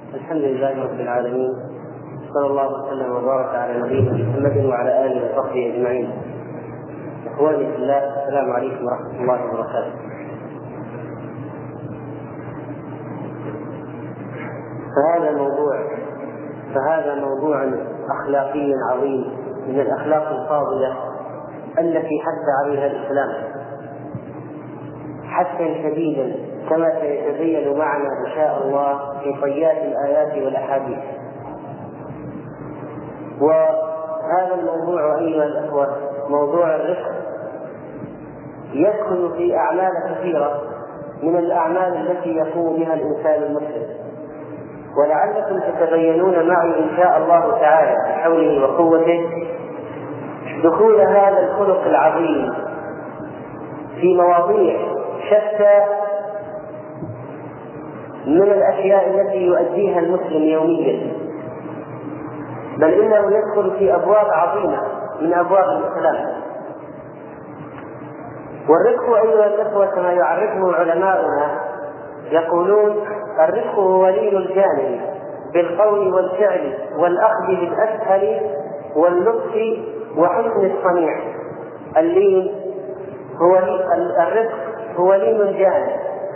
الحمد لله رب العالمين، صلى الله وسلم وبارك على نبينا محمد وعلى اله وصحبه اجمعين. اخواني في الله، السلام عليكم ورحمه الله وبركاته. فهذا موضوع اخلاقي عظيم من الاخلاق الفاضله التي حث عليها الاسلام حثا شديدا، كما سيتبين معنا ان شاء الله في طيات الايات والاحاديث. وهذا الموضوع ايها الاخوه، موضوع الرفق، يدخل في اعمال كثيره من الاعمال التي يقوم بها الانسان المسلم، ولعلكم تتبينون معي ان شاء الله تعالى بحوله وقوته دخول هذا الخلق العظيم في مواضيع شتى من الاشياء التي يؤديها المسلم يوميا، بل انه يدخل في ابواب عظيمه من ابواب الاسلام. والرفق ايها الاخوه كما يعرفه علماؤنا، يقولون الرفق هو لين الجانب بالقول والفعل والاخذ بالاسهل واللطف وحسن الصنيع. اللين هو الرفق هو لين الجانب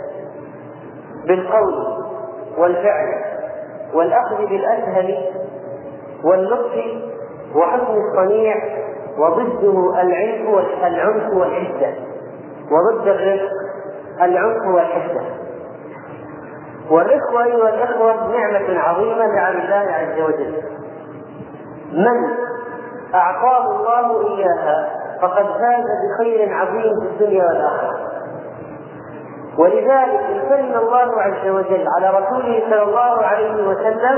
بالقول والفعل والاخذ بالاسهل واللطف وحسن الصنيع، وضده العنف والحده، وضد الرفق العنف والحده. والرفق ايها الاخوه نعمه عظيمه لعن الله عز وجل، من اعطاه الله اياها فقد فاز بخير عظيم في الدنيا والاخره. ولذلك امتن الله عز وجل على رسوله صلى الله عليه وسلم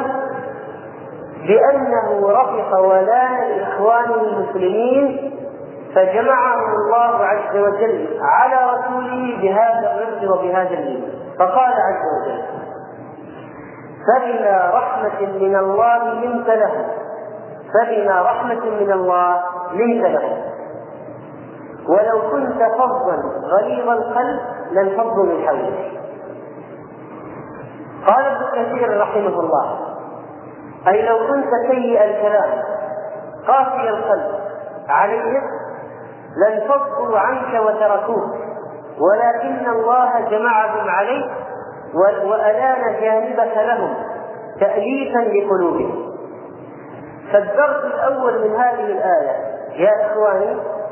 بأنه رفق ولاء لإخوانه المسلمين، فجمعهم الله عز وجل على رسوله بهذا الرفق وبهذا اللين. فقال عز وجل: فبما رحمة من الله لنت لهم، فبما رحمة من الله لنت لهم، ولو كنت فظا غليظ القلب لانفضوا من حولك. قال ابن كثير رحمه الله: أي لو كنت سيء الكلام قاسي القلب عليهم لانفضوا عنك وتركوك، ولكن الله جمعهم عليك وألان جانبك لهم تأليفا لقلوبهم. فالدرس الأول من هذه الآية يا إخواني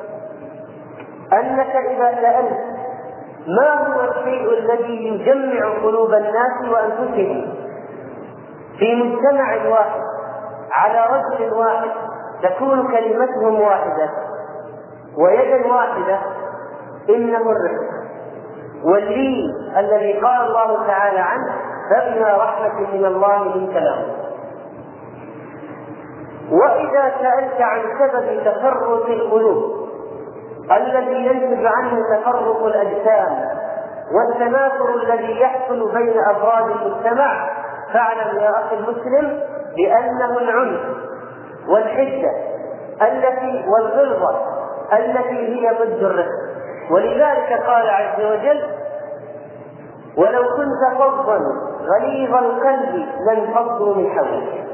أنك إذا سألت ما هو الشيء الذي يجمع قلوب الناس وأنفسهم في مجتمع واحد على رجل واحد، تكون كلمتهم واحدة ويدا واحدة، إنه الرفق واللين الذي قال الله تعالى عنه: فبما رحمة من الله لنت لهم. وإذا سألت عن سبب تفرق القلوب الذي ينتج عنه تفرق الأجسام والتنافر الذي يحصل بين أفراد المجتمع، فاعلم يا أخي المسلم بأنه العنف والحدة والغلظة التي هي ضد الرفق. ولذلك قال عز وجل: ولو كنت فظا غليظ القلب لانفضوا من حولك.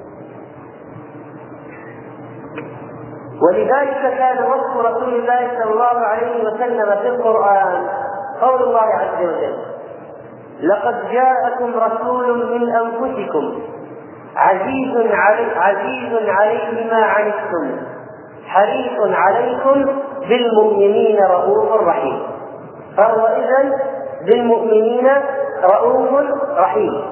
ولذلك كان وصف رسول الله صلى الله عليه وسلم في القرآن قول الله عز وجل: لقد جاءكم رسول من أنفسكم عزيز عليه ما عنتم حريص عليكم بالمؤمنين رؤوف رحيم. فهو إذن بالمؤمنين رؤوف رحيم.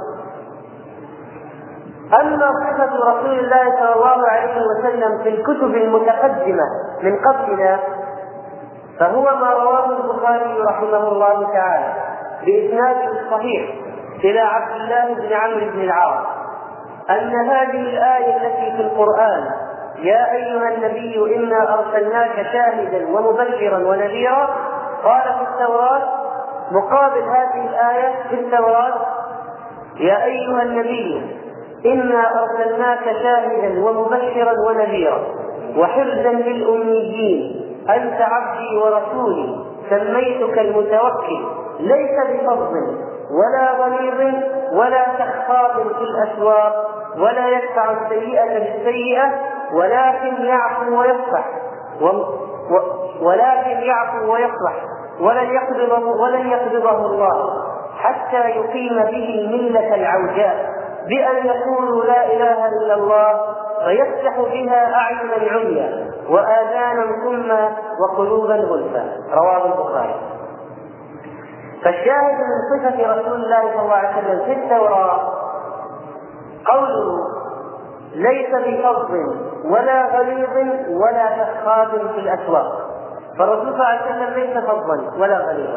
أما صفة رسول الله صلى الله عليه وسلم في الكتب المتقدمة من قبلنا فهو ما رواه البخاري رحمه الله تعالى بإسناد صحيح إلى عبد الله بن عمرو بن العاص أن هذه الآية التي في القرآن: يا أيها النبي إنا أرسلناك شاهدا ومبشرا ونذيرا، قال في التوراة مقابل هذه الآية في التوراة: يا أيها النبي إنا أرسلناك شاهدا ومبشرا ونذيرا وحرزا للأميين أنت عبدي ورسولي سميتك المتوكل ليس بفظ ولا غليظ ولا سخاب في الأسواق، ولا يدفع السيئة بالسيئة، ولكن يعفو ويصفح ولن يقبضه الله حتى يقيم به الملة العوجاء بأن يقولوا لا إله إلا الله فيفتح بها أعينا عميا وآذانا صما وقلوبا غلفا. رواه البخاري. فالشاهد من صفة رسول الله صلى الله عليه وسلم في التوراة قوله ليس بفظ ولا غليظ ولا سخاب في الأسواق. فالرسول صلى الله عليه وسلم ليس فظا ولا غليظا.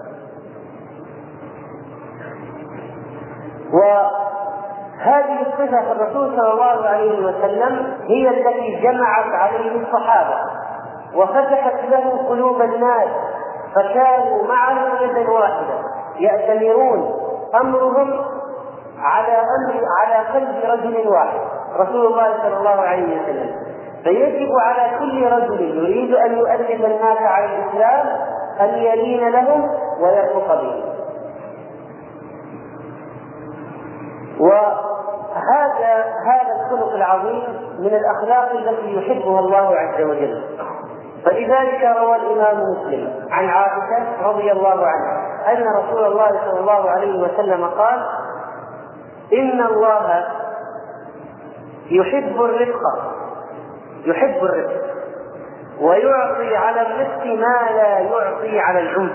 وهذه الصفة في الرسول صلى الله عليه وسلم هي التي جمعت عليه الصحابة وفتحت له قلوب الناس، فكانوا معه يدا واحدة يأتمرون أمرهم على قلب رجل واحد رسول الله صلى الله عليه وسلم. فيجب على كل رجل يريد أن يؤدب الناس على الإسلام أن يلين لهم ويرفق بهم. وهذا الخلق العظيم من الأخلاق التي يحبها الله عز وجل. فلذلك روى الإمام مسلم عن عائشة رضي الله عنها أن رسول الله صلى الله عليه وسلم قال: إن الله يحب الرفق ويعطي على الرفق ما لا يعطي على العنف،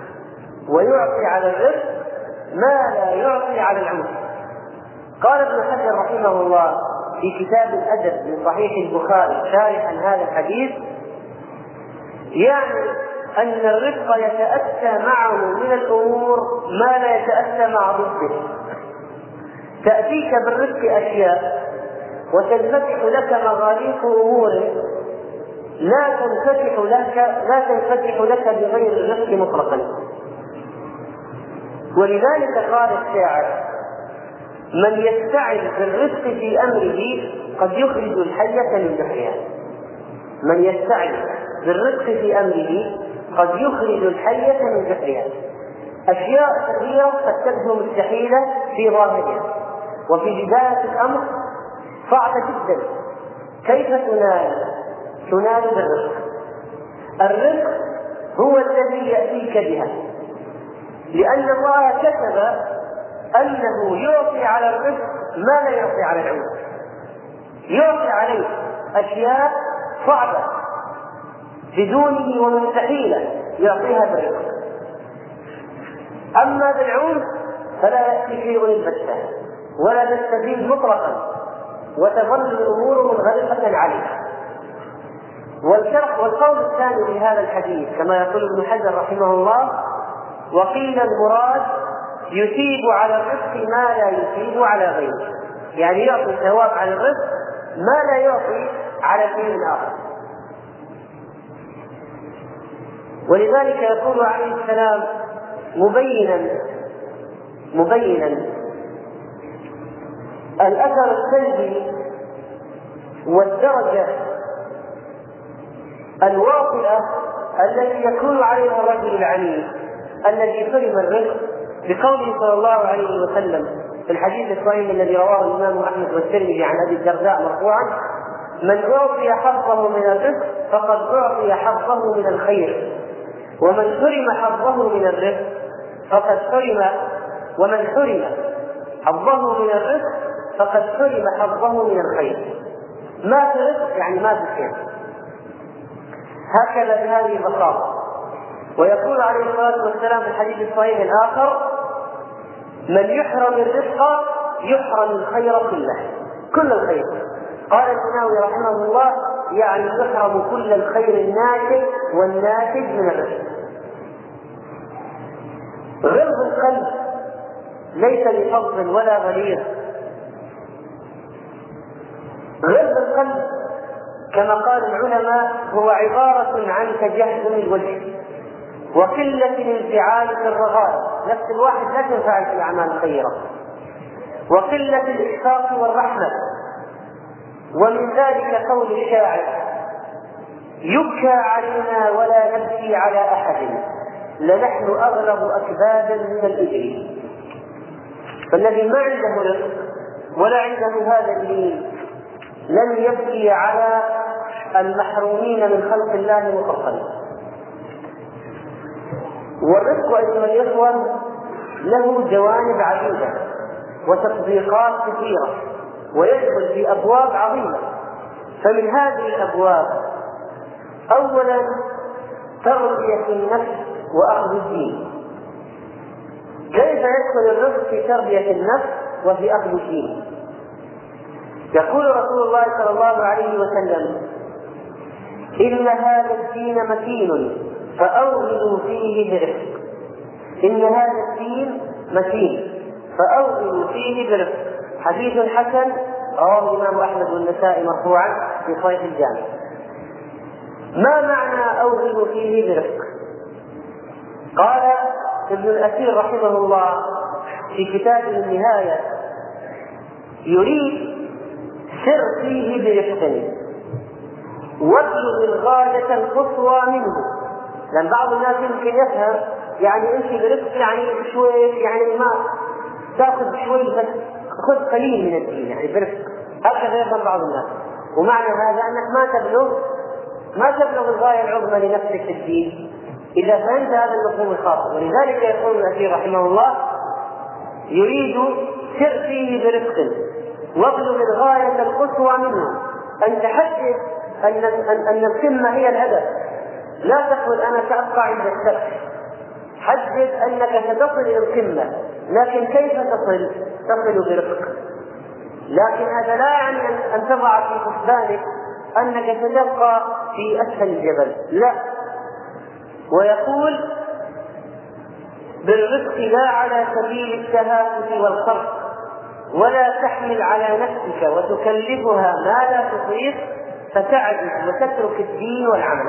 قال ابن حجر رحمه الله في كتاب الأدب من صحيح البخاري شارحا هذا الحديث: يعني أن الرفق يتأتى معه من الأمور ما لا يتأتى مع ضده. تأتيك بالرفق أشياء وتنفتح لك مغاليق أمور لا تنفتح لك بغير الرفق مطلقا. ولذلك قال الشاعر: من يستعذ بالرفق في أمره قد يخرج الحية من جحرها. من يستعذ بالرفق في أمره قد يخرج الحية من جحرها. أشياء كثيرة قد تبدو مستحيلة في ظاهرها وفي بداية الأمر صعبة جدا. كيف تنال بالرفق؟ الرفق هو الذي يأتيك بها، لأن الله كتب أنه يعطي على الرفق ما لا يعطي على العنف. يعطي عليه أشياء صعبة بدونه ومستحيلة يعطيها بالرفق. أما بالعنف فلا يأتي شيء البتة ولا تستفيد مطلقا وتظل الأمور منغلقة عليه. والقول الثاني في هذا الحديث كما يقول ابن حجر رحمه الله: وقيل المراد يثيب على الرفق ما لا يثيب على غيره، يعني يعطي ثواب على الرفق ما لا يعطي على شيء آخر. ولذلك يقول عليه السلام مبينا الأثر السلبي والدرجة الواطئة التي يكون عليها الرجل العنيف الذي حرم الرزق، بقوله صلى الله عليه وسلم في الحديث الصحيح الذي رواه الإمام أحمد والترمذي عن أبي الدرداء مرفوعا: من أعطي حظه من الرزق فقد أعطي حظه من الخير، ومن حرم حظه من الرزق فقد حرم حظه من الرزق فقد حرم حظه من الخير. ما في رزق يعني ما في خير. هكذا بهذه البساطة. ويقول عليه الصلاة والسلام في الحديث الصحيح الآخر: من يحرم الرزق يحرم الخير كل الخير. قال النووي رحمه الله: يعني يحرم كل الخير الناتج والناتج من الرزق. غلظ القلب ليس بفظ ولا غليظ. غلظ القلب كما قال العلماء هو عبارة عن تجهم الوجه وقلة الانفعال في الرغائب، نفس الواحد لا تنفعل في الأعمال الخيرة، وقلة الإشفاق والرحمة. ومن ذلك قول الشاعر: يبكى علينا ولا نبكي على أحد، لنحن أغلب أكبادا من الإبل. فالذي ما عنده رزق ولا عنده هذا اللين لن يبكي على المحرومين من خلق الله مطلقا. والرزق أيها الإخوة له جوانب عديدة وتطبيقات كثيرة ويدخل في أبواب عظيمة. فمن هذه الأبواب أولا تربية النفس وأخذ الدين. كيف يدخل الرزق في تربية النفس وفي أخذ الدين؟ يقول رسول الله صلى الله عليه وسلم: إن هذا الدين متين فأوغلوا فيه برفق. إن هذا الدين متين فأوغلوا فيه برفق. حديث حسن رواه الإمام أحمد والنسائي مرفوعا في صحيح الجامع. ما معنى أوغلوا فيه برفق؟ قال ابن الأثير رحمه الله في كتابه النهاية: يريد سر فيه برفق وابلغ الغاية القصوى منه. لأن بعض الناس يمكن يفهم يعني امشي برفق يعني شوي، يعني ما تأخذ شوي بس خذ قليل من الدين، يعني برفق. هكذا يفهم بعض الناس. ومعنى هذا أنك ما تبلغ الغاية العظمى لنفسك في الدين إذا فهمت هذا المفهوم الخاطئ. ولذلك يقول الأثير رحمه الله: يريد سر فيه برفق وابلغ الغاية القصوى منه. أن تحدد أن القمة هي الهدف، لا تقل أنا سأبقى عند السقف. حدد أنك ستصل إلى القمة، لكن كيف تصل برفق. لكن هذا لا يعني أن تضع في حسبانك أنك ستبقى في أسفل الجبل، لا. ويقول: بالرفق لا على سبيل التهافت والخرق، ولا تحمل على نفسك وتكلفها ما لا تطيق فتعجز وتترك الدين والعمل.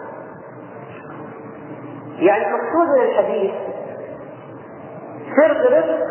يعني مقصود الحديث سر برفق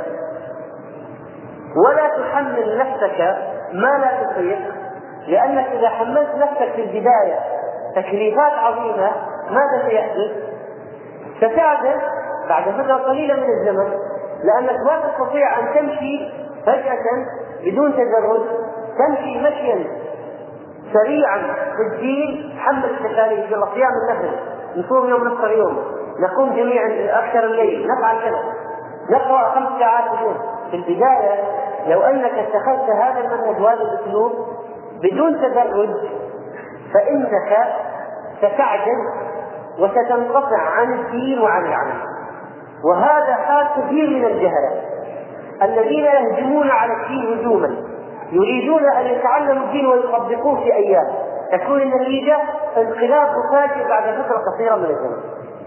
ولا تحمل نفسك ما لا تطيق، لأنك إذا حملت نفسك في البداية تكليفات عظيمة ماذا سيحدث؟ ستعجز بعد فترة قليلة من الزمن، لأنك ما تستطيع أن تمشي فجأة بدون تدرج، تمشي مشيا سريعا في الدين. حمل التكاليف، يلا صيام النفل، نصوم يوم نصف يوم، نقوم جميعا أكثر الليل، نفعل كذا، نقرأ 5 ساعات في اليوم. في البداية لو أنك اتخذت هذا المنهج وهذا الأسلوب بدون تدرج فإنك ستعجز وستنقطع عن الدين وعن العمل. وهذا حال كثير من الجهلة الذين يهجمون على الدين هجوما، يريدون أن يتعلموا الدين ويطبقوه في أيام، تكون النتيجة انقلاب مفاجئ بعد فترة قصيرة من الزمن.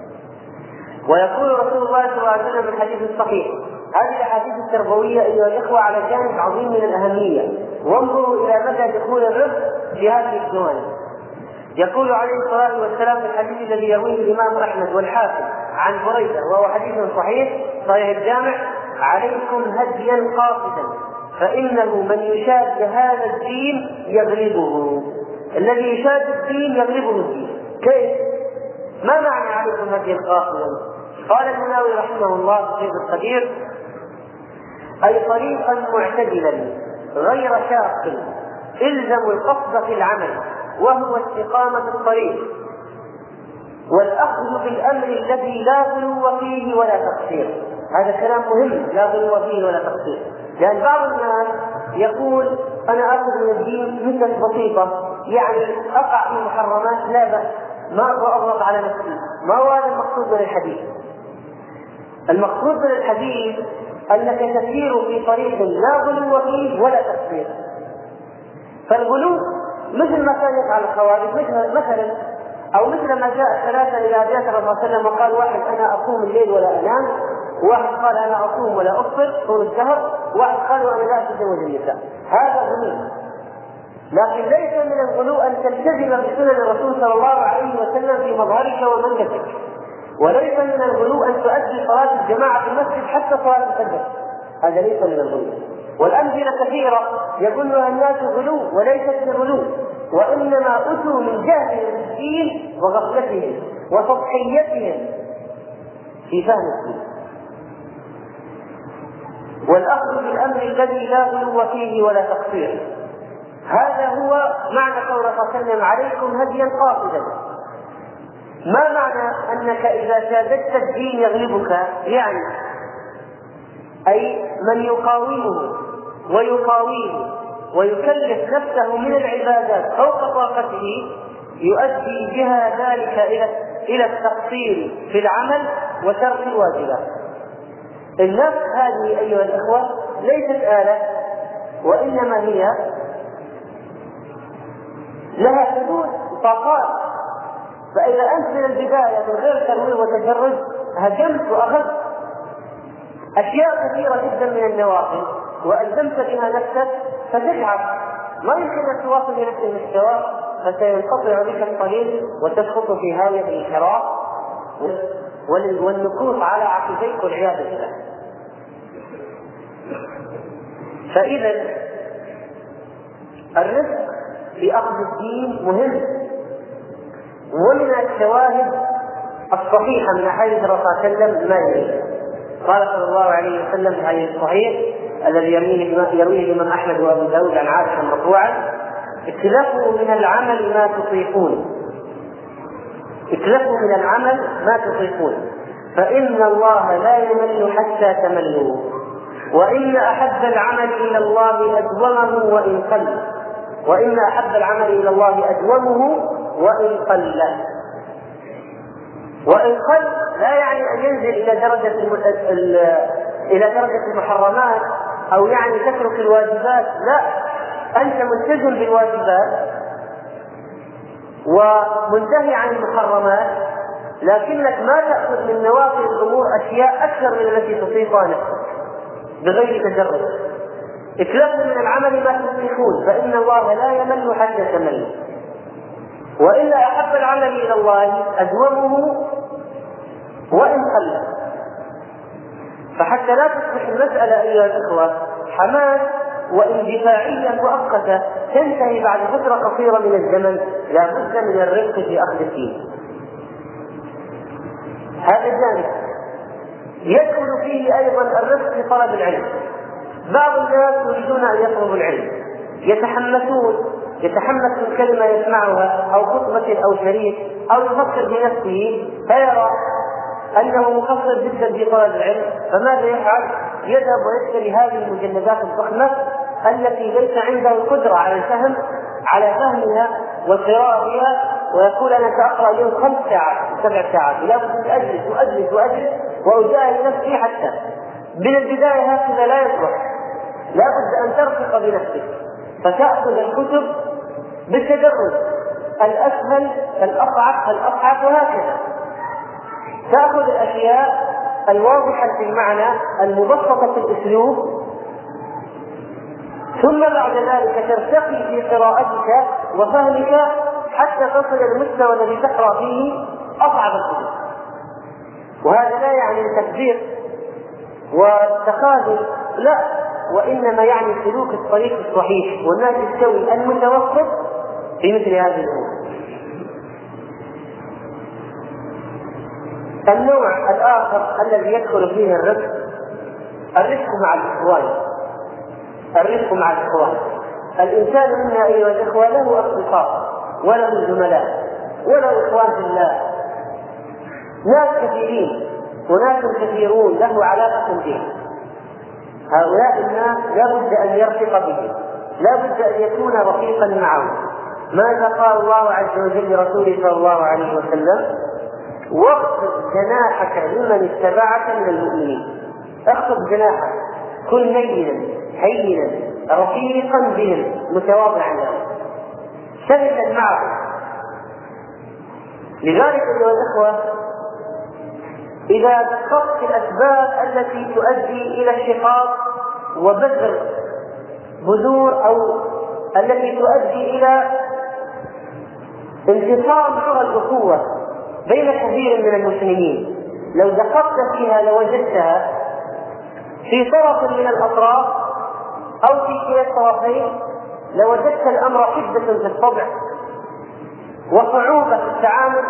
ويقول رسول الله صلى الله عليه وسلم في الحديث الصحيح: هذه الأحاديث التربوية أيها الإخوة على جانب عظيم من الأهمية، وانظروا إلى مدى دخول الرفق في هذه الجوانب. يقول عليه الصلاة والسلام في الحديث الذي يرويه الإمام أحمد والحاكم عن بريدة وهو حديث صحيح الجامع: عليكم هديا قاصدا فإنه من يشاد هذا الدين يغلبه. الذي يشاد الدين يغلبه الدين. كيف؟ ما معنى عليكم هديا قاصدا؟ قال المناوي رحمه الله في الفيض القدير: أي طريقا معتدلا غير شاق، الزموا القصد في العمل وهو استقامة الطريق، والأخذ بالأمر الذي لا غلو فيه ولا تقصير. هذا كلام مهم، لا غلو فيه ولا تقصير. لأن بعض الناس يقول: أنا أخذ من الدين مثل بسيطة، يعني أقع في محرمات لا بأس، ما أبغى أضغط على نفسي. ما هو هذا المقصود من الحديث. المقصود من الحديث أنك تسير في طريق لا غلو فيه ولا تقصير. فالغلو مثل ما كان يفعل الخوارج مثلا، أو مثل ما جاء الثلاثة إلى النبي صلى الله عليه وسلم وقال: واحد أنا أصوم الليل ولا أنام، واحد قال أنا أصوم ولا أفطر طول الشهر، واحد قال أنا لا أتزوج النساء. هذا غلو. لكن ليس من الغلو أن تلتزم بسنن الرسول صلى الله عليه وسلم في مظهرك ومنكتك، وليس من الغلو أن تؤدي صلاة الجماعة في المسجد حتى صلاة الفجر، هذا ليس من الغلو. والأمثلة كثيرة يقولها الناس غلو وليست بغلو، وإنما أتوا من جهلهم بالدين وغفلتهم وسطحيتهم في فهم الدين. والأخذ بالأمر الذي لا غلو فيه ولا تقصير. هذا هو معنى قول الله صلى الله عليه وسلم: عليكم هديا قاصدا. ما معنى أنك إذا شاهدت الدين يغلبك؟ يعني أي من يقاومه ويقاومه ويكلف نفسه من العبادات فوق طاقته يؤدي بها ذلك إلى التقصير في العمل وترك الواجبات. النفس هذه أيها الأخوة ليست آلة، وإنما هي لها حدود طاقات. فإذا أنت من البداية من غير ترويع وتجرد هجمت وأخذت أشياء كثيرة جدا من النوافل وألزمت بها نفسك فتتعب، ما يمكن أن تواصل بنفس المستوى، فسينقطع بك الطريق وتسقط في هاوية الانحراف والنكوص على عقبيك والعياذ بالله. فإذا الرزق في أخذ الدين مهم. ومن الشواهد الصحيحة من حديث الرسول صلى الله عليه وسلم ما يلي: قال صلى الله عليه وسلم في الحديث الصحيح الذي يرويه الإمام أحمد وأبو داود عن عائشة مرفوعا: اكلفوا من العمل ما تطيقون، اكلفوا من العمل ما تطيقون، فإن الله لا يمل حتى تملوا، وإن أحب العمل إلى الله أدومه وإن قل، وإن أحب العمل إلى الله أدومه وإن قل. وإن قل لا يعني أن ينزل إلى درجة المحرمات أو يعني تترك الواجبات، لا، أنت ملتزم بالواجبات ومنتهي عن المحرمات، لكنك ما تأخذ من نوافل الأمور أشياء أكثر من التي تطيقها نفسك بغير تجرد. اكلفوا من العمل ما تطيقون، فإن الله لا يمل حتى تمل، وإلا أحب العمل إلى الله أدومه وإن قل. فحتى لا تصبح المسألة أيها الأخوة حماس واندفاعية مؤقتة تنتهي بعد فترة قصيرة من الزمن، لا بد من الرفق في أخذ الدين. هذا الجانب يدخل فيه أيضا الرفق في طلب العلم. بعض الناس يريدون أن يطلبوا العلم، يتحمس من كلمة يسمعها أو خطبة أو شريط أو يفكر بنفسه فيرى أنه مقصر جدا في طلب العلم، فماذا يفعل؟ يذهب ويشتري هذه المجلدات الضخمة التي ليس عنده القدرة على فهمها وقراءتها، ويقول أنا سأقرأ اليوم 5 ساعات 7 ساعات، لا بد أن أجلس وأجاهد نفسي. حتى من البداية هكذا لا يصلح، لا بد أن ترفق بنفسك فتأخذ الكتب بالتدرج، الأسهل الأصعب وهكذا. تأخذ الأشياء الواضحة في المعنى المبسطة في الأسلوب، ثم بعد ذلك ترتقي في قراءتك وفهمك حتى تصل المستوى الذي تقرأ فيه أصعب الكتب. وهذا لا يعني التكبير والتخاذل، لا، وإنما يعني سلوك الطريق الصحيح والناس السوي المتوسط في مثل هذه الأمور. النوع الآخر الذي يدخل فيه الرفق مع الإخوان. الإنسان منا أيها الإخوة له أصدقاء وله زملاء وله إخوان في الله، ناس كثيرين وناس كثيرون له علاقة بهم. هؤلاء الناس لا بد أن يرفق بهم، لا بد أن يكون رفيقا معهم. ماذا قال الله عز وجل لرسوله صلى الله عليه وسلم: واخفض جناحك لمن اتبعك من المؤمنين. اخفض جناحك، كن لينا هينا رفيقا بهم متواضعا لهم سهلا معهم. لذلك أيها الأخوة إذا دققت الأسباب التي تؤدي إلى الشقاق وبذر بذور أو التي تؤدي إلى انتصار لغة الأخوة بين كثير من المسلمين، لو دققت فيها لوجدتها في طرف من الأطراف أو في كلا الطرفين، لوجدت الأمر حدة في الطبع وصعوبة في التعامل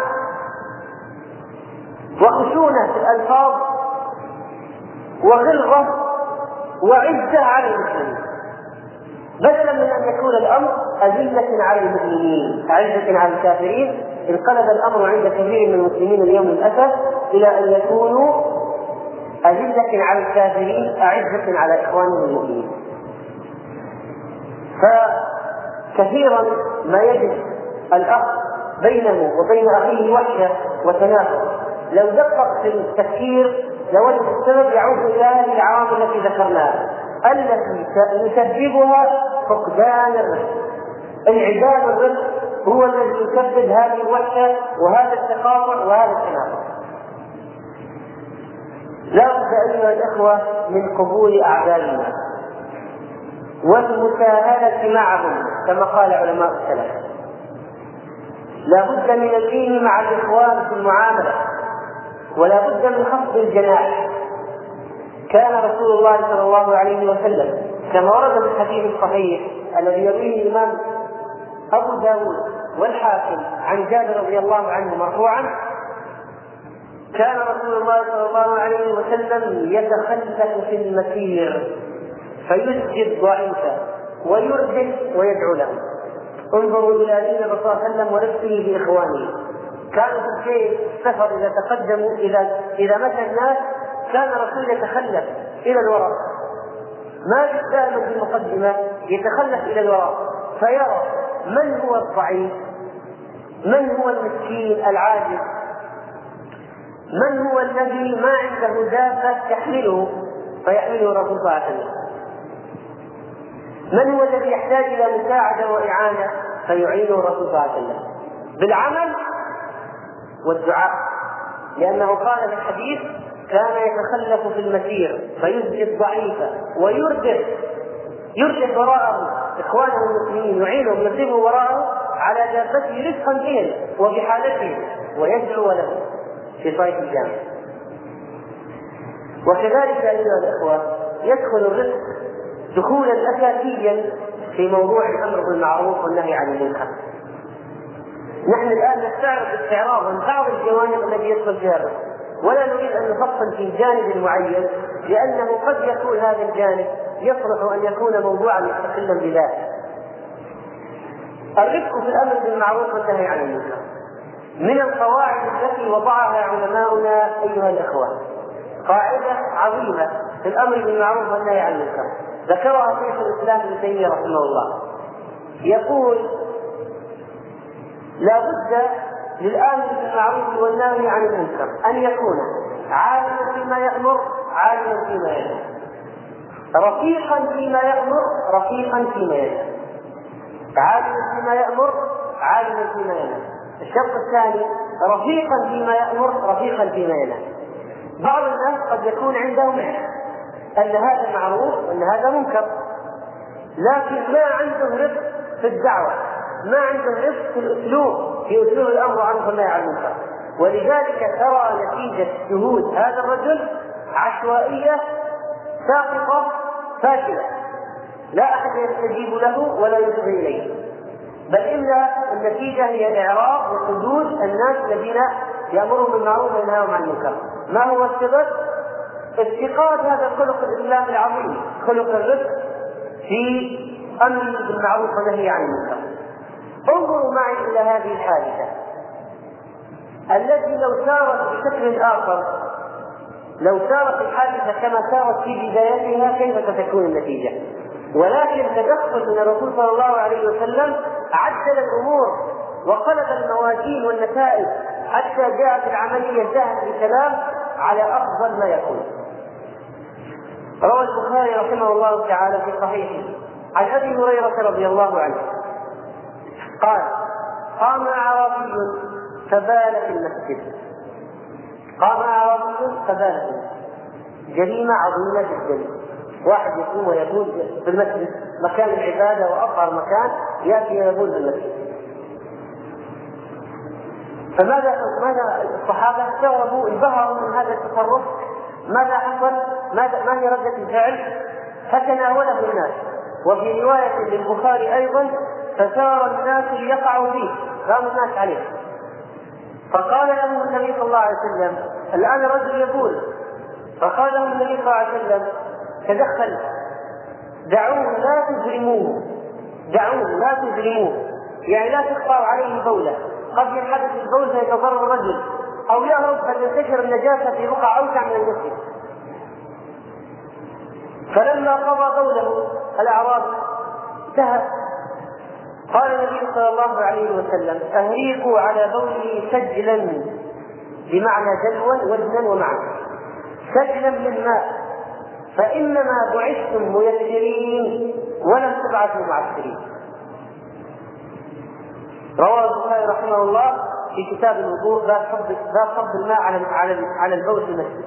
وخشونة في الألفاظ وغلظة وعزة على المسلمين، بدلا من أن يكون الأمر أذلة على المؤمنين أعزة على الكافرين. انقلب الأمر عند كثير من المسلمين اليوم للأسف إلى أن يكونوا أذلة على الكافرين أعزة على إخوانهم المؤمنين. فكثيرا ما يجد الأخ بينه وبين أخيه وحشة وتنافر، لو دقق في التفكير لوجد السبب يعود إلى هذه العوامل التي ذكرناها التي يسببها فقدان الرزق. انعدام الرزق هو الذي يسبب هذه الوحشة وهذا التقاطع وهذا التنافر. لا بد أيها الأخوة من قبول أعدائنا والمساهلة معهم كما قال علماء السلف. لا بد من اللين مع الإخوان في المعاملة، ولا بد من خفض الجناح. كان رسول الله صلى الله عليه وسلم كما ورد في الحديث الصحيح الذي يرويه الإمام أبو داود والحاكم عن جابر رضي الله عنه مرفوعا: كان رسول الله صلى الله عليه وسلم يتخلف في المسير فيسجي الضعيف ويرجل ويدعو له. انظروا إلى دين الرسول صلى الله عليه وسلم ونفسه بإخوانه. كانوا في الشيء السفر إذا تقدموا إذا مشى الناس كان الرسول يتخلف إلى الوراء، ما دائما في المقدمة، يتخلف إلى الوراء فيرى من هو الضعيف، من هو المسكين العاجز، من هو الذي ما عنده دابة يحمله فيحمله الرسول صلى الله عليه وسلم، من هو الذي يحتاج إلى مساعدة وإعانة فيعينه الرسول صلى الله عليه وسلم بالعمل والدعاء. لأنه قال في الحديث: كان يتخلف في المسير فيسجي الضعيف يرجف وراءه إخوانه المسلمين، يعينهم يسيبه وراءه على دابته رفقا بهم وبحالتهم ويدعو له في صيف الجامع. وكذلك أيها الأخوة يدخل الرزق دخولا أساسيا في موضوع الأمر بالمعروف والنهي عن المنكر. نحن الآن نستعرض استعراضا بعض الجوانب التي يدخل فيها الرزق، ولا نريد أن نفصل في جانب معين، لأنه قد يكون هذا الجانب يصلح أن يكون موضوعا مستقلا بذاته. الرفق في الأمر بالمعروف والنهي عن المنكر من القواعد التي وضعها علماؤنا أيها الأخوة، قاعدة عظيمة في الأمر بالمعروف والنهي عن المنكر ذكرها شيخ الإسلام ابن تيمية رحمه الله. يقول: لا بد للآمر بالمعروف والنهي عن المنكر أن يكون عالما فيما يأمر عالما فيما ينهى، رفيقا فيما يأمر رفيقا فيما ينهى، عالما فيما يأمر عالما فيما ينهى. الشرط الثاني: رفيقا فيما يأمر رفيقا فيما ينهى. بعض الناس قد يكون عندهم أن هذا معروف وأن هذا منكر، لكن ما عنده رفق في الدعوة، ما عنده رفق في الأسلوب، في أسلوب الأمر عنه والنهي عن المنكر. ولذلك ترى نتيجة شهود هذا الرجل عشوائية ساقطة فاشلة، لا أحد يستجيب له ولا يصغي إليه، بل إن النتيجة هي إعراض وحدود الناس الذين يأمرون بالمعروف وينهون عن المنكر. ما هو السبب؟ افتقاد هذا الخلق الإسلامي العظيم، خلق الرفق في أمر بالمعروف والنهي عن المنكر. انظروا معي إلى هذه الحادثة التي لو سارت بشكل آخر، لو سارت الحادثة كما سارت في بدايتها كيف ستكون النتيجة؟ ولكن تدخل من الرسول صلى الله عليه وسلم عدل الأمور وقلب الموازين والنتائج حتى جاءت العملية انتهت بسلام على أفضل ما يكون. روى البخاري رحمه الله تعالى في صحيحه عن أبي هريرة رضي الله عنه قال: قام أعرابي فبال في المسجد. قام أعرابي فبال في المسجد، جريمة عظيمة جدا. واحد يقوم ويبول في المسجد، مكان العبادة وأطهر مكان، يأتي يبول في المسجد. فماذا الصحابة استغربوا انبهروا من هذا التصرف؟ ماذا حصل؟ ما هي ردة الفعل؟ فتناوله الناس. وفي رواية للبخاري أيضا: فسار الناس ليقعوا فيه، قام الناس عليه. فقال له النبي صلى الله عليه وسلم: الآن الرجل يقول. فقال له النبي صلى الله عليه وسلم: تدخل، دعوه لا تجرموه، دعوه لا تجرموه، يعني لا تقطعوا عليه بوله، قد ينحدث البول فيتضرر الرجل أو يهرب فتنتشر النجاسة في بقعة أوسع من المسجد. فلما قضى بوله الأعرابي ذهب، قال النبي صلى الله عليه وسلم: أهريقوا على بوله سجلا، بمعنى دلوا وزنا ومعنى، سجلا من ماء، فإنما بعثتم ميسرين ولم تبعثوا معسرين. رواه البخاري رحمه الله في كتاب الوضوء باب فضل الماء على البول في المسجد.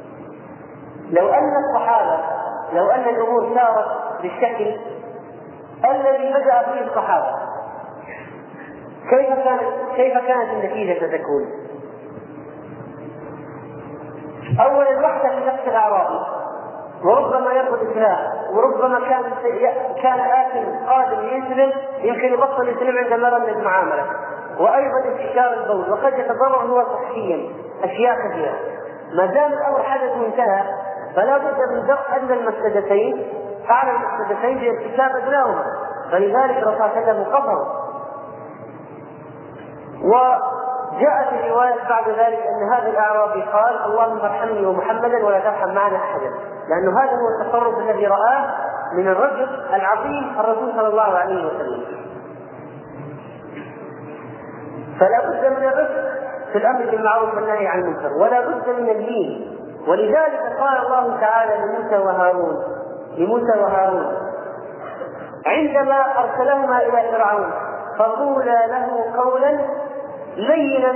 لو أن الأمور سارت بالشكل الذي بدأ فيه الصحابة، كيف كانت النتيجة تكون؟ أولا الوحدة في نفس الأعرابي، وربما يأخذ إسلام، وربما كان آكل قادم يسلم يمكن يبطل يسلم عند مرة من المعاملة، وأيضا انتشار البول، وقد يتضرر هو صحيا أشياء كثيرة. ما دام الأمر حدث وانتهى فلا بد من درء أدنى المفسدتين أعلى المفسدتين بارتكاب أدناهما، فلذلك الرسول صلى الله عليه وسلم قصر. وجاءت الرواية بعد ذلك أن هذا الأعرابي قال: اللهم ارحمني ومحمدا ولا ترحم معنا أحدا، لأنه هذا هو التصرف الذي رآه من الرجل العظيم الرسول صلى الله عليه وسلم. فلا بد من الرفق في الأمر بالمعروف والنهي عن المنكر، ولا بد من اللين. ولذلك قال الله تعالى لموسى وهارون عندما أرسلهما إلى فرعون: فقولا له قولا لينا.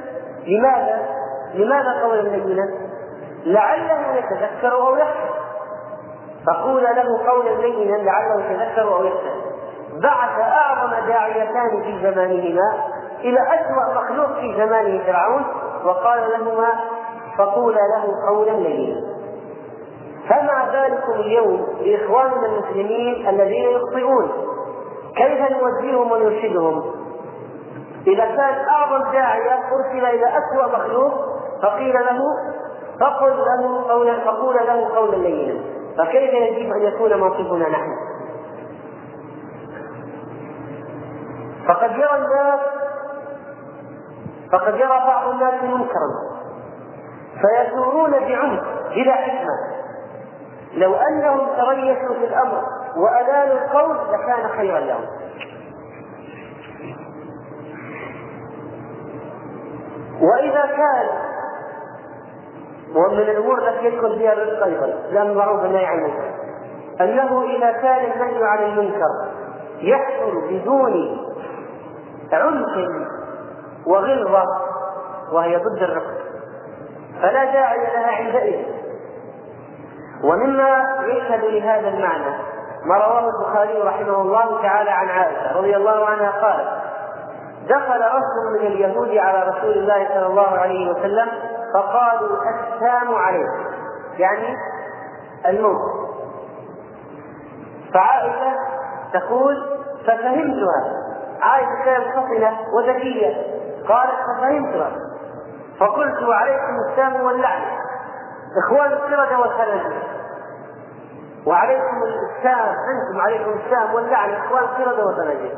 لماذا قولا لينا؟ لعله يتذكر أو يخشى. فقولا له قولا لينا لعله يتذكر أو يخشى. بعث أعظم داعيتان في زمانهما إلى أسوأ مخلوق في زمانه فرعون، وقال لهما: فقولا له قولا لينا. فما بالكم اليوم بإخواننا المسلمين الذين يخطئون؟ كيف نوجههم ونرشدهم؟ إذا كان أعظم داعية أرسل إلى أسوأ مخلوق فقيل له: فقولا له قولا لينا، فكيف يجب أن يكون موقفنا نحن؟ فقد يرى بعض الناس منكرا فيثورون بعنف بلا حكمة. لو أنهم تريثوا في الأمر وألالوا القول لكان خيرا لهم. وإذا كان، ومن الأمور التي يدخل فيها الرزق أيضا لأن معروف النهي عن المنكر، أنه إذا كان النهي عن المنكر يحصل بدون عنف وغلظة وهي ضد الرفق فلا داعي لها عندئذ. ومما يشهد لهذا المعنى ما رواه البخاري رحمه الله تعالى عن عائشة رضي الله عنها قالت: دخل رجل من اليهود على رسول الله صلى الله عليه وسلم فقالوا: السام عليك، يعني الموت. فعائشة تقول: ففهمتها. عائشة كانت فطنة وذكية، قالت: ففهمتها. فقلت: وعليكم السام واللعن، إخوان القردة والخنازير، وعليكم السام، أنتم عليكم السام واللعن إخوان القردة والخنازير.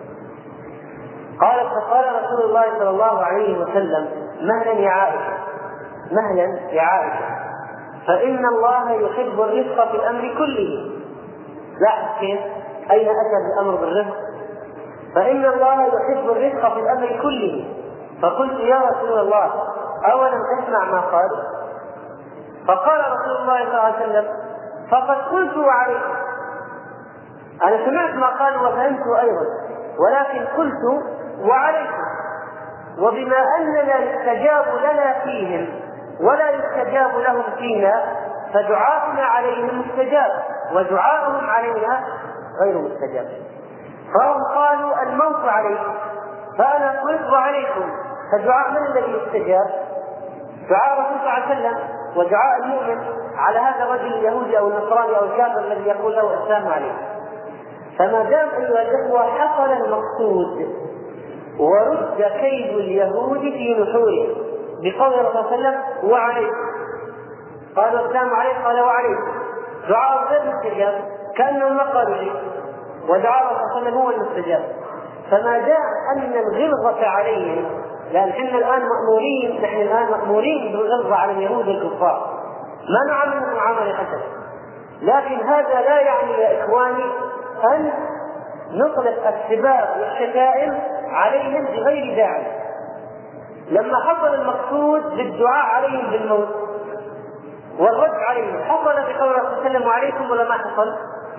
قالت: فقال رسول الله صلى الله عليه وسلم: مهلا يا عائشة، مهلا يا عائشة، فإن الله يحب الرفق في الأمر كله. لاحظ كيف أين أتى الأمر بالرفق؟ فإن الله يحب الرفق في الأمر كله. فقلت: يا رسول الله أولم تسمع ما قال؟ فقال رسول الله صلى الله عليه وسلم: فقد قلت وعليكم. أنا سمعت ما قال وفهمته أيضا، ولكن قلت وعليكم. وبما أننا يستجاب لنا فيهم ولا يستجاب لهم فينا فدعاؤنا عليهم مستجاب ودعاؤهم علينا غير مستجاب. فهم قالوا: الموت عليكم، فأنا قلت وعليكم. فدعاء من الذي يستجاب؟ دعاء الرسول صلى الله عليه وسلم ودعاء المؤمن على هذا الرجل اليهودي أو النصراني أو الكافر الذي يقول له السلام عليكم. فما دام أيها الإخوة حصل المقصود ورد كيد اليهود في نحوره بقول الرسول صلى الله عليه وسلم: وعليكم. قالوا: السلام عليكم، قال: وعليكم. دعاء غير مستجاب كأنهم ما قالوا شيء، ودعاء الرسول صلى الله عليه وسلم هو المستجاب. فما دام أن الغلظة عليهم، لأن نحن الآن مأمورين بالغلظة على اليهود والكفار، ما نعاملهم معاملة حسنة، لكن هذا لا يعني يا إخواني أن نطلق السباب والشتائم عليهم بغير داعي. لما حصل المقصود بالدعاء عليهم بالموت والرد عليهم حصل بقول الله صلى الله عليه وسلم عليكم ولا ما حصل؟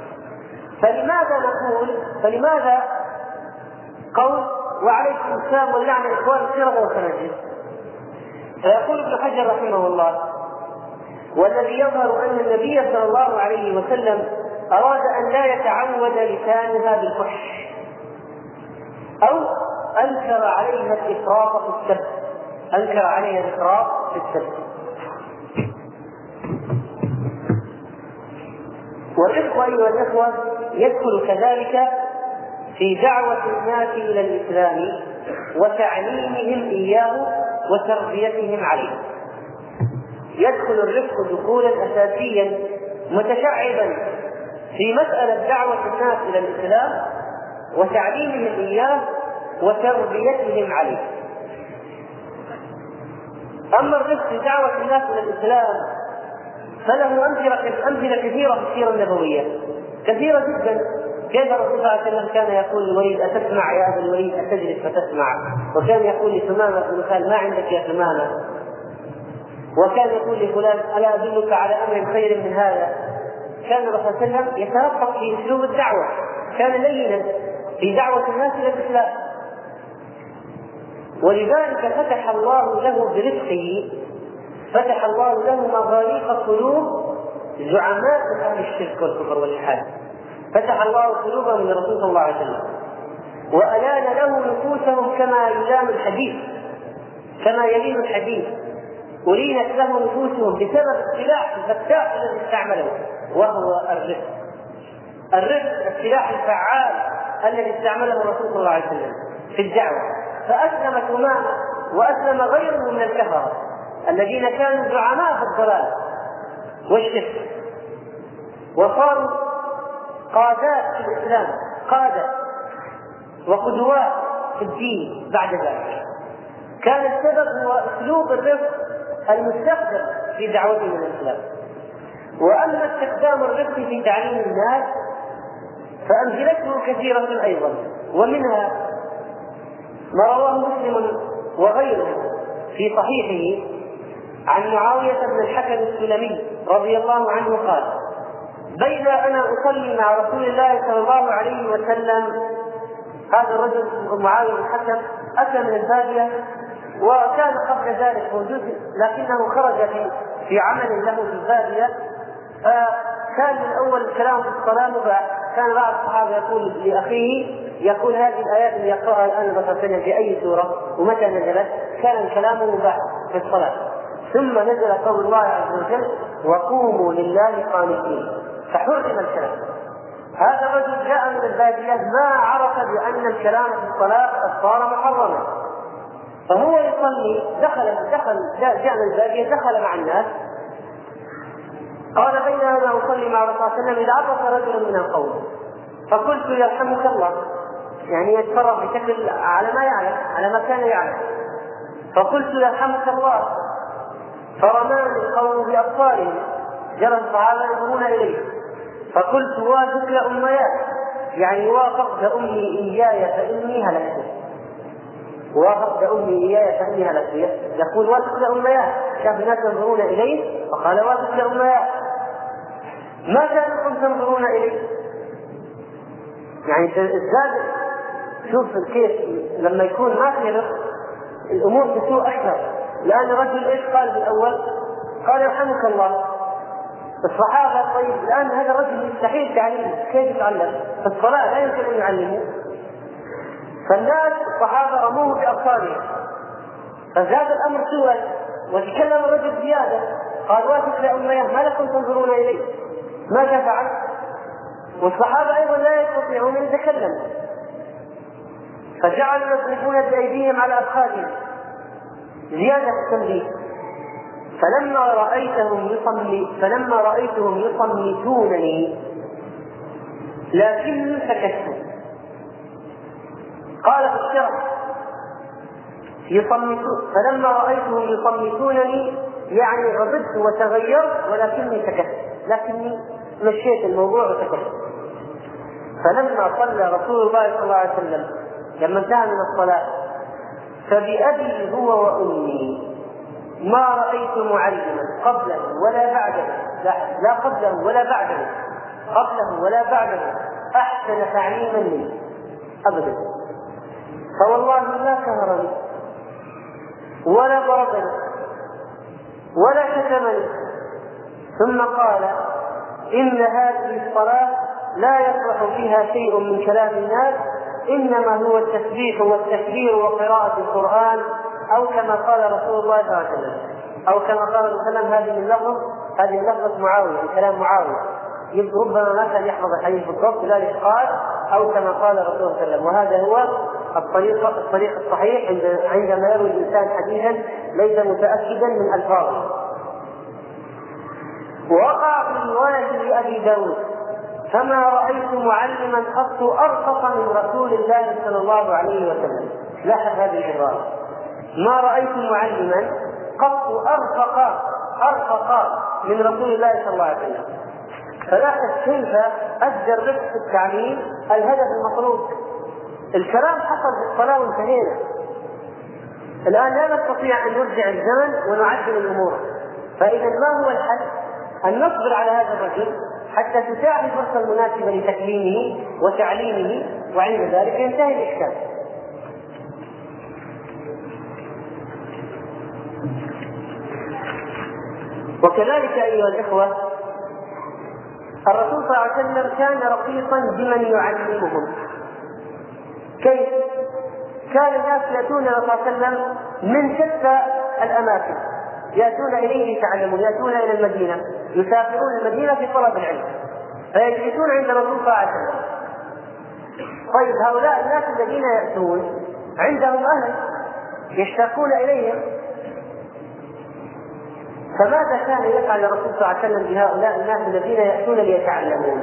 فلماذا قول وعليكم السلام واللعنة إخوان القردة والخنازير؟ فيقول ابن حجر رحمه الله: والذي يظهر أن النبي صلى الله عليه وسلم أراد أن لا يتعود لسانها بالفحش، أو أنكر عليها الإفراط في السب. والرفق أيها الإخوة يدخل كذلك في دعوة الناس إلى الإسلام وتعليمهم إياه وتربيتهم عليه. يدخل الرفق دخولا أساسيا متشعبا في مسألة دعوة الناس إلى الإسلام وتعليمهم إياه وتربيتهم عليه. أما الرفق في دعوة الناس إلى الإسلام فله أمثلة كثيرة في السيرة النبوية، كثيرة جدا. كيف الرسول صلى الله عليه وسلم كان يقول للوليد: أتسمع يا أبا الوليد أتجلس فتسمع؟ وكان يقول لثمامة بن خال: ما عندك يا ثمامة؟ وكان يقول لفلان: ألا أدلك على أمر خير من هذا؟ كان الرسول صلى الله عليه وسلم يترفق في أسلوب الدعوة، كان لينا في دعوة الناس إلى الإسلام، ولذلك فتح الله له برفقه، فتح الله له مغاليق قلوب زعماء من أهل الشرك والكفر والإلحاد، فتح الله قلوبهم للرسول صلى الله عليه وسلم، وألان له نفوسهم كما يلين الحديد، ألينت له نفوسهم بسبب السلاح الفتاح الذي استعمله، وهو الرفق السلاح الفعال الذي استعمله الرسول صلى الله عليه وسلم في الدعوة. فأسلم ثمامة وأسلم غيره من الكفرة الذين كانوا زعماء في الضلال والشرك، وصاروا قادات في الإسلام، قادة وقدوات في الدين. بعد ذلك كان السبب هو أسلوب الرفق المستخدم في دعوتهم إلى الإسلام. وأما استخدام الرفق في تعليم الناس فأمثلته كثيرة أيضا، ومنها ما رواه مسلم وغيره في صحيحه عن معاوية بن الحكم السلمي رضي الله عنه قال: بين أنا أصلي مع رسول الله صلى الله عليه وسلم، هذا الرجل معاوية بن الحكم أتى من البادية وكان قبل ذلك موجود، لكنه خرج في عمل له في البادية، فكان من أول كلام في الصلاة مباح. كان بعض الصحابة يقول لأخيه، يقول: هذه الآيات اللي يقرأها الآن الرسول في أي سورة ومتى نزلت؟ كان كلامه مباح في الصلاة. ثم نزل قول الله عز وجل: وقوموا لله قانتين، فحرم الكلام. هذا الرجل جاء من البادية ما عرف بأن الكلام في الصلاة قد صار محرما، فهو يصلي جاء من البادية، دخل مع الناس، قال: بين أنا أصلي مع رسول الله صلى الله عليه وسلم إذ عطس رجل من القوم، فقلت: يرحمك الله، يعني يتصرف بشكل على ما يعلم، على ما كان يعلم، فقلت: يرحمك الله، فرماني القوم بأبصارهم، جرى الصحابة ينظرون إليه، فقلت: وافق يا أميات، يعني وافقت أمي إياي فإني هلكت، وافقت أمي إياي فإني هلكت. يقول: وافق يا أميات، شاف الناس ينظرون إليه فقال: وافق يا أميات، ما كانكم تنظرون إليه؟ يعني الزاد. شوف كيف لما يكون ما في رفق الأمور تسوء أكثر، لأن الرجل إيش قال بالأول؟ قال: يرحمك الله. الصحابة: طيب الآن هذا الرجل مستحيل تعليمه، كيف يتعلم؟ في الصلاة لا يمكن أن يعلمه. فالناس الصحابة رموه بأبصارهم، فزاد الأمر سوءا، وتكلم الرجل زيادة، قال: وافق يا أمية، ما لكم تنظرون إليه؟ ماذا فعل؟ والصحابة أيضا لا يستطيعون أن يتكلموا، فجعلوا يضربون بأيديهم على أفخاذهم زيادة التنبيه. فلما رأيتهم يصمتونني لكني سكت. قال في الشرح فلما رأيتهم يصمتونني يعني غضبت وتغيرت ولكني سكت، لكني مشيت الموضوع وسكت. فلما صلى رسول الله صلى الله عليه وسلم لما انتهى من الصلاة فبأبي هو وأمي ما رأيت معلما قبله ولا بعده، لا قبله ولا بعده، قبله ولا بعده أحسن تعليما منه أبدا. فوالله ما كهرني ولا ضربني ولا شتمني. ثم قال إن هذه الصلاة لا يصلح فيها شيء من كلام الناس، إنما هو التسبيح والتكبير وقراءة القرآن، أو كما قال رسول الله صلى الله عليه وسلم، أو كما قال صلى الله عليه وسلم. هذه اللفظة معاوية، كلام معاوية، ربما ما كان يحفظ الحديث بالضبط، لذلك قال أو كما قال رسول الله صلى الله عليه وسلم. وهذا هو الطريق الصحيح عندما يروي الإنسان حديثا ليس متأكدا من ألفاظه. ووقع في رواية لأبي داود فما رأيت معلما قط أرفق من رسول الله صلى الله عليه وسلم. لاحظ هذه العبارة، ما رأيت معلما قط أرفق من رسول الله صلى الله عليه وسلم. فلاحظ كيف أدى الرفق في التعليم الهدف المطلوب. الكلام حصل في الصلاة وانتهينا، الآن لا نستطيع أن نرجع الزمن ونعدل الأمور. فإذا ما هو الحل؟ أن نصبر على هذا الرجل حتى تتاح الفرصة المناسبة لتكليمه وتعليمه، وعند ذلك ينتهي الإشكال. وكذلك أيها الإخوة الرسول صلى الله عليه وسلم كان رقيقا بمن يعلمهم. كيف؟ كان الناس يأتون الرسول صلى الله عليه وسلم من شتى الأماكن، يأتون إليه يتعلمون، يأتون إلى المدينة، يسافرون المدينة في طلب العلم، فيجلسون عند الرسول صلى الله عليه وسلم. طيب هؤلاء الناس الذين يأتون عندهم أهل يشتاقون إليهم، فماذا كان يفعل الرسول صلى الله عليه وسلم بهؤلاء الناس الذين يأتون ليتعلمون؟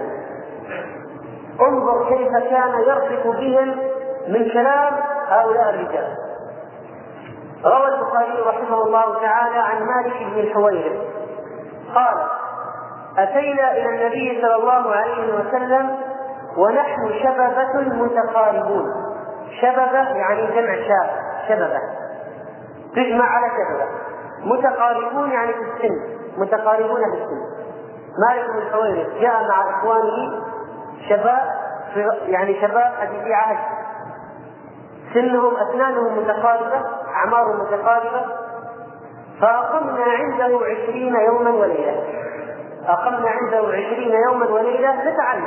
انظر كيف كان يرفق بهم من كلام هؤلاء الرجال. روى البخاري رحمه الله تعالى عن مالك بن الحويرث قال أتينا إلى النبي صلى الله عليه وسلم ونحن شببة متقاربون. شببة يعني جمع شببة تجمع على شببة، متقاربون يعني في السن، متقاربون في السن. مالك بن الحويرث جاء مع إخوانه شباب، يعني شباب في عهد، سنهم أسنانهم متقاربة، أعمارهم متقاربة، فأقمنا عنده 20 يوما وليلة. أقمنا عنده 20 يوما وليلة نتعلم.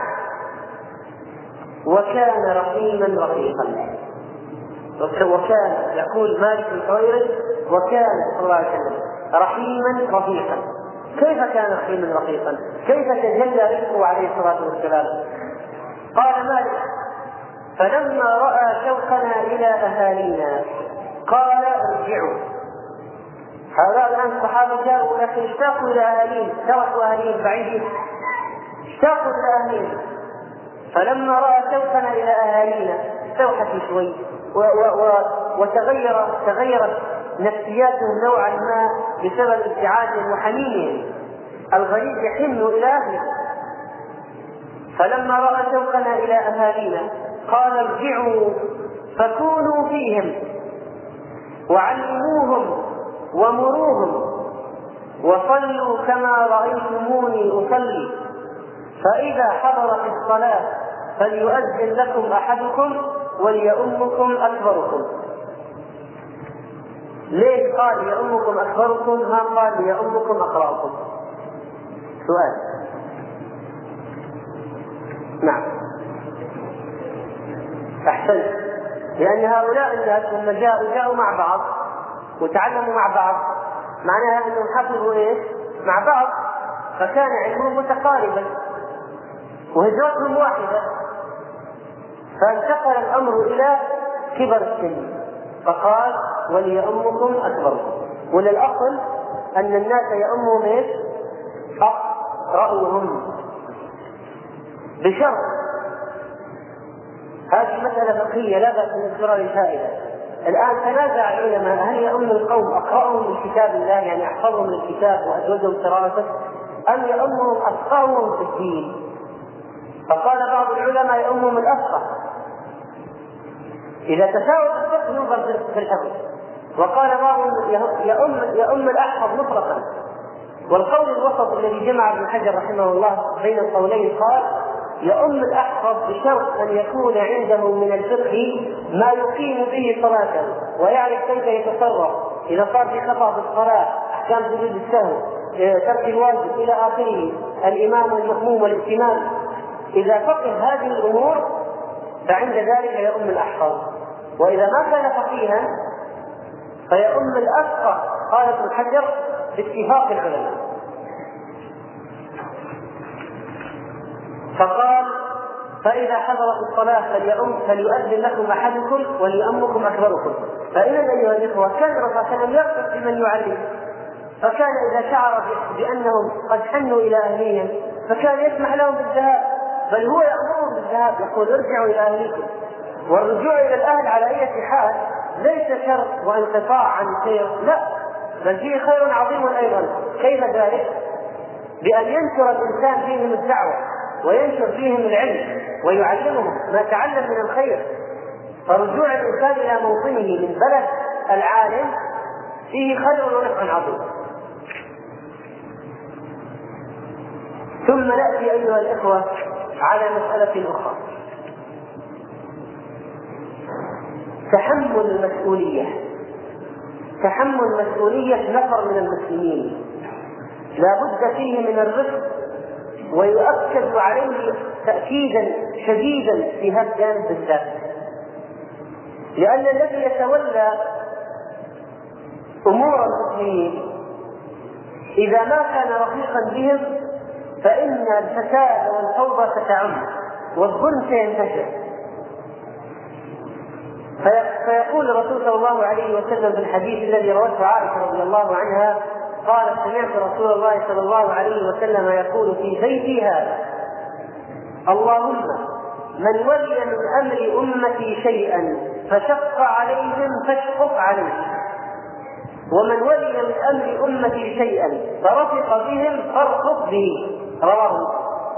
وكان رحيما رقيقا. وكان يقول مالك بن الحويرث وكان صلى الله عليه وسلم رحيما رقيقا. كيف كان رحيما رقيقا؟ كيف تجلى رزقه عليه الصلاة والسلام؟ قال مالك فلما رأى شوقنا إلى أهالينا قال ارجعوا. هؤلاء الآن الصحابة جاءوا لكن اشتاقوا إلى أهاليهم، تركوا أهاليهم بعيدين، اشتاقوا إلى أهاليهم. فلما رأى شوقنا إلى أهالينا استوحت شوي وتغيرت نفسياتهم نوعا ما بسبب ابتعادهم وحنينهم. الغريب يحن إلى أهله. فلما رأى شوقنا إلى أهالينا قال ارجعوا فكونوا فيهم وعلموهم ومروهم وصلوا كما رأيتموني أصلي، فإذا حضرت الصلاة فليؤذن لكم أحدكم وليؤمكم أكبركم. ليه قال يؤمكم أكبركم ما قال يؤمكم أقرأكم؟ سؤال. نعم أحسنت، لأن هؤلاء الناس لما جاءوا مع بعض وتعلموا مع بعض معناها أنهم حفظوا إيش مع بعض، فكان علمهم متقاربا وهجرتهم واحدة، فانتقل الأمر إلى كبر السن فقال وليؤمكم أكبركم. وللأصل أن الناس يؤمهم ايش؟ أقرأهم، بشرط. هذه مسألة فقهية لا بأس أن نذكرها للفائدة. الآن تنازع العلماء هل يؤم القوم أقرأهم من كتاب الله، يعني أحفظهم من الكتاب وأجودهم قراءته، أم يؤمهم أفقههم في الدين؟ فقال بعض العلماء يؤمهم الأفقه، إذا تساوى الفقه ينظر في الحفظ. وقال بعضهم يؤم الأحفظ مطلقا. والقول الوسط الذي جمع ابن حجر رحمه الله بين القولين قال يؤم الأحفظ بشرط أن يكون عنده من الفقه ما يقيم به صلاته، ويعرف كيف يتصرف إذا صار في خطأ في الصلاة، أحكام سجود السهو، ترك الواجب إلى آخره، الإمام والمأموم والائتمان. إذا فقه هذه الأمور فعند ذلك يؤم الأحفظ. وإذا ما كان فقيها فيؤم الأفقه، قال ابن حجر باتفاق العلماء. فقال فإذا حضرت الصلاة فليؤذن لكم أحدكم وليؤمكم أكبركم. فإذا أيها الإخوة كان الرسول صلى الله عليه وسلم يقصد بمن يعلم، فكان إذا شعر بأنهم قد حنوا إلى أهليهم فكان يسمح لهم بالذهاب، بل هو يأمرهم بالذهاب، يقول ارجعوا إلى أهليكم. والرجوع إلى الأهل على أي حال ليس شر وانقطاع عن الخير، لا، بل فيه خير عظيم أيضا. كيف ذلك؟ بأن ينشر الإنسان فيهم الدعوة وينشر فيهم العلم ويعلمهم ما تعلم من الخير. فرجوع الإنسان إلى موطنه من بلد العالم فيه خير ونفع عظيم. ثم نأتي أيها الإخوة على مسألة أخرى، تحمل المسؤولية. تحمل مسؤولية نفر من المسلمين لا بد فيه من الرفق، ويؤكد عليه تأكيدا شديدا في هذا الجانب بالذات، لأن الذي يتولى أمور المسلمين إذا ما كان رفيقا بهم فإن الفساد والفوضى ستعم والظلم سينتشر. فيقول الرسول صلى الله عليه وسلم في الحديث الذي روته عائشة رضي الله عنها قالت سمعت رسول الله صلى الله عليه وسلم يقول في بيتي هذا اللهم من ولي من أمر أمتي شيئا فشق عليهم فاشقق عليه، ومن ولي من أمر أمتي شيئا فرفق بهم فارفق به. رواه.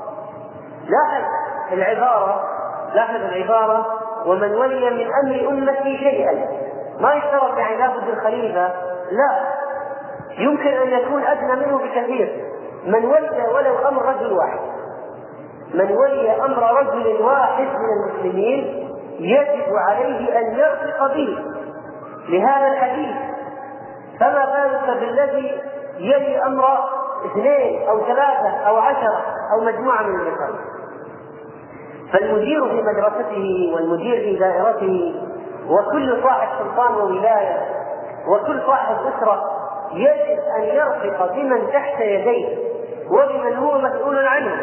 لاحظ العبارة ومن ولي من أمر أمتي شيئا، ما يشترط يعني لابد الخليفة، لا، يمكن أن يكون أدنى منه بكثير. من ولي ولو أمر رجل واحد، من ولي أمر رجل واحد من المسلمين يجب عليه أن يرفق به لهذا الحديث، فما بالك بالذي يلي أمر 2 أو 3 أو 10 أو مجموعة من البشر. فالمدير في مدرسته والمدير في دائرته وكل صاحب سلطان وولاية وكل صاحب أسرة يجب أن يرفق بمن تحت يديه وبمن هو مسؤول عنه،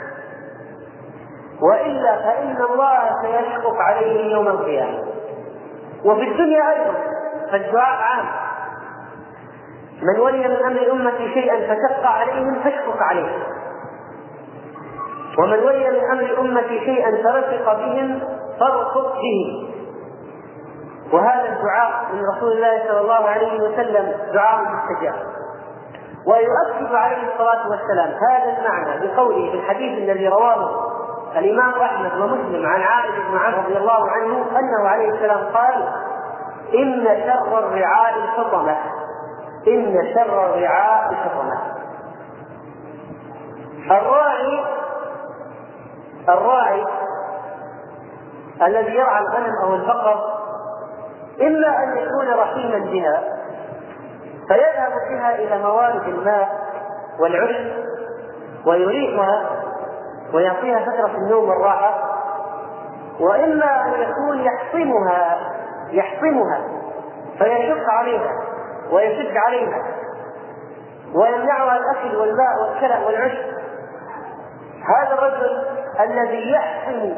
وإلا فإن الله سيشقق عليه يوم القيامة. وفي الدنيا أيضا فالدعاء عام، من ولي من أمر أمتي شيئا فشق عليهم فاشقق عليه، ومن ولي من أمر أمتي شيئا فرفق بهم فارفق به. وهذا الدعاء من رسول الله صلى الله عليه وسلم دعاء مستجاب. ويؤكد عليه الصلاة والسلام هذا المعنى بقوله في الحديث الذي رواه الإمام أحمد ومسلم عن عائشة بن عمرو رضي الله عنه أنه عليه السلام قال إن شر الرعاء الحطمة، إن شر الرعاء الحطمة. الراعي الذي يرعى الغنم أو البقر إما أن يكون رحيما بها فيذهب بها إلى موارد الماء والعشب ويريحها ويعطيها فترة النوم والراحة، وإما أن يكون يحصمها فيشق عليها ويشد عليها ويمنعها الأكل والماء والكلى والعشب. هذا الرجل الذي يحصم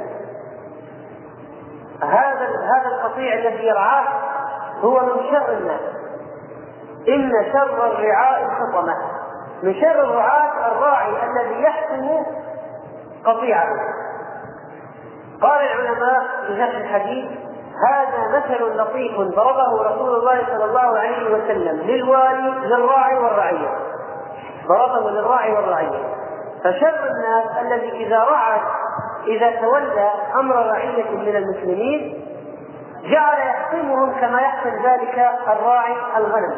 هذا القطيع الذي يرعاه هو من شر الناس، إن شر الرعاء الحطمة. من شر الرعاة الراعي الذي يحكم قطيعته. قال العلماء في هذا الحديث: هذا مثل لطيف ضربه رسول الله صلى الله عليه وسلم للراعي والرعية، ضربه للراعي والرعية. فشر الناس الذي إذا تولى أمر رعية من المسلمين جعل يحكمهم كما يحكم ذلك الراعي الغنم،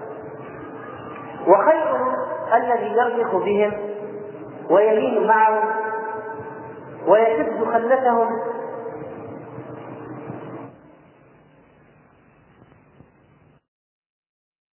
وخيرهم الذي يرفق بهم ويلين معهم ويسد خلتهم